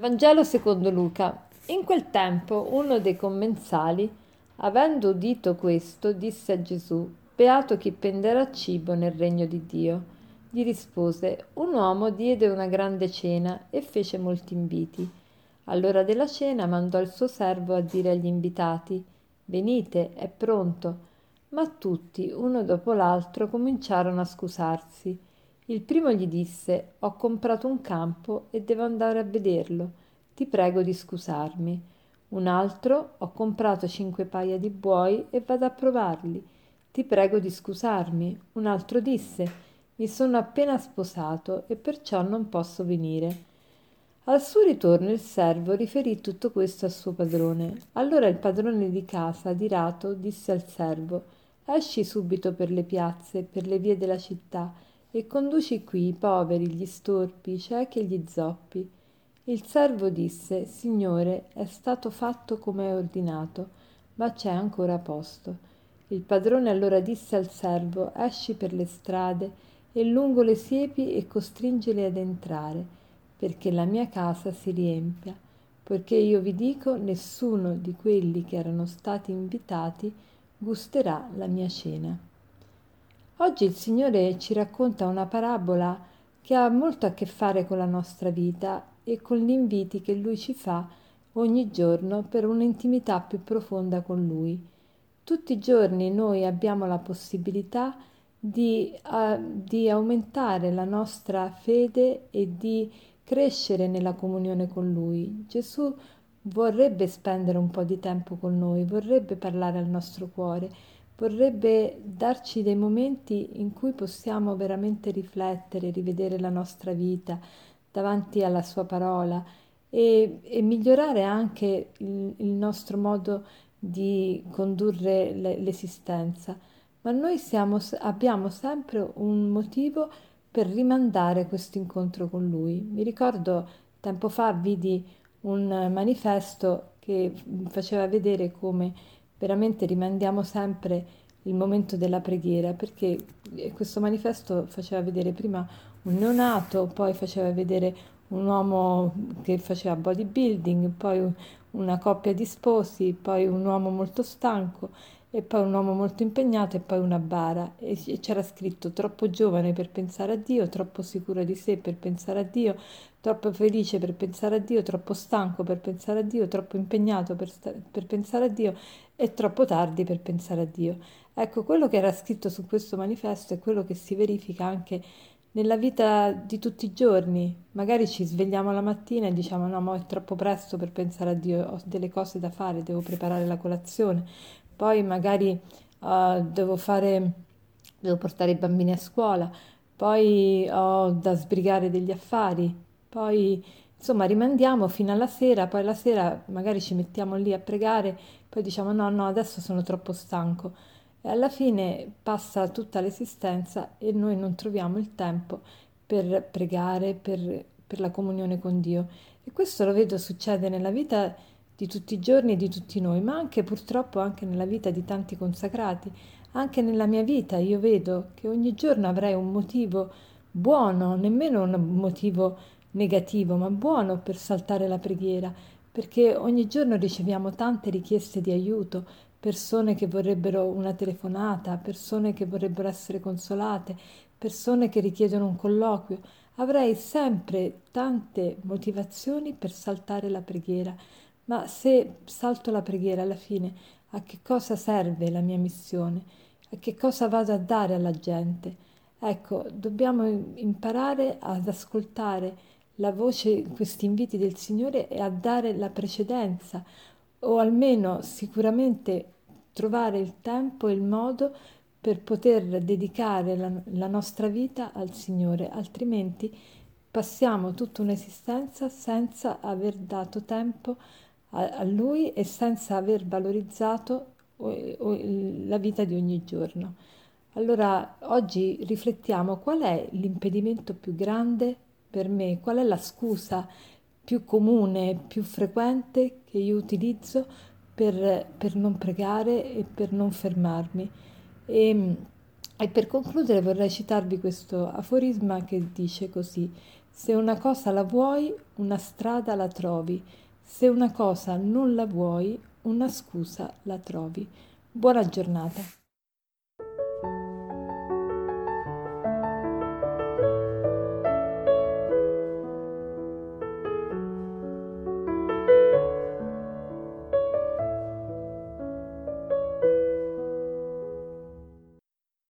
Vangelo secondo Luca. In quel tempo uno dei commensali, avendo udito questo, disse a Gesù: Beato chi prenderà cibo nel regno di Dio. Gli rispose: Un uomo diede una grande cena e fece molti inviti. All'ora della cena mandò il suo servo a dire agli invitati: Venite, è pronto. Ma tutti, uno dopo l'altro, cominciarono a scusarsi. Il primo gli disse: Ho comprato un campo e devo andare a vederlo. Ti prego di scusarmi. Un altro: Ho comprato 5 paia di buoi e vado a provarli. Ti prego di scusarmi. Un altro disse: Mi sono appena sposato e perciò non posso venire. Al suo ritorno il servo riferì tutto questo al suo padrone. Allora il padrone di casa, adirato, disse al servo: Esci subito per le piazze e per le vie della città e conduci qui i poveri, gli storpi, i ciechi e gli zoppi. Il servo disse: Signore, è stato fatto come è ordinato, ma c'è ancora posto. Il padrone allora disse al servo: Esci per le strade e lungo le siepi e costringili ad entrare, perché la mia casa si riempia, poiché io vi dico, nessuno di quelli che erano stati invitati gusterà la mia cena. Oggi il Signore ci racconta una parabola che ha molto a che fare con la nostra vita e con gli inviti che Lui ci fa ogni giorno per un'intimità più profonda con Lui. Tutti i giorni noi abbiamo la possibilità di aumentare la nostra fede e di crescere nella comunione con Lui. Gesù vorrebbe spendere un po' di tempo con noi, vorrebbe parlare al nostro cuore, vorrebbe darci dei momenti in cui possiamo veramente riflettere, rivedere la nostra vita davanti alla sua parola e migliorare anche il nostro modo di condurre l'esistenza. Ma noi abbiamo sempre un motivo per rimandare questo incontro con Lui. Mi ricordo tempo fa vidi un manifesto che faceva vedere come veramente rimandiamo sempre il momento della preghiera, perché questo manifesto faceva vedere prima un neonato, poi faceva vedere un uomo che faceva bodybuilding, poi una coppia di sposi, poi un uomo molto stanco e poi un uomo molto impegnato e poi una bara e c'era scritto troppo giovane per pensare a Dio, troppo sicuro di sé per pensare a Dio, troppo felice per pensare a Dio, troppo stanco per pensare a Dio, troppo impegnato per pensare a Dio e troppo tardi per pensare a Dio. Ecco, quello che era scritto su questo manifesto è quello che si verifica anche nella vita di tutti i giorni. Magari ci svegliamo la mattina e diciamo no, ma è troppo presto per pensare a Dio, ho delle cose da fare, devo preparare la colazione, poi magari devo portare i bambini a scuola, poi ho da sbrigare degli affari, poi insomma rimandiamo fino alla sera, poi la sera magari ci mettiamo lì a pregare, poi diciamo no, no, adesso sono troppo stanco. E alla fine passa tutta l'esistenza e noi non troviamo il tempo per pregare, per la comunione con Dio. E questo lo vedo succede nella vita di tutti i giorni di tutti noi, ma anche purtroppo anche nella vita di tanti consacrati. Anche nella mia vita io vedo che ogni giorno avrei un motivo buono, nemmeno un motivo negativo, ma buono per saltare la preghiera, perché ogni giorno riceviamo tante richieste di aiuto, persone che vorrebbero una telefonata, persone che vorrebbero essere consolate, persone che richiedono un colloquio. Avrei sempre tante motivazioni per saltare la preghiera, ma se salto la preghiera alla fine, a che cosa serve la mia missione? A che cosa vado a dare alla gente? Ecco, dobbiamo imparare ad ascoltare la voce, questi inviti del Signore e a dare la precedenza o almeno sicuramente trovare il tempo e il modo per poter dedicare la nostra vita al Signore, altrimenti passiamo tutta un'esistenza senza aver dato tempo a Lui e senza aver valorizzato la vita di ogni giorno. Allora, oggi riflettiamo qual è l'impedimento più grande per me, qual è la scusa più comune, più frequente che io utilizzo per non pregare e per non fermarmi. E E per concludere vorrei citarvi questo aforisma che dice così: se una cosa la vuoi, una strada la trovi; se una cosa non la vuoi, una scusa la trovi. Buona giornata.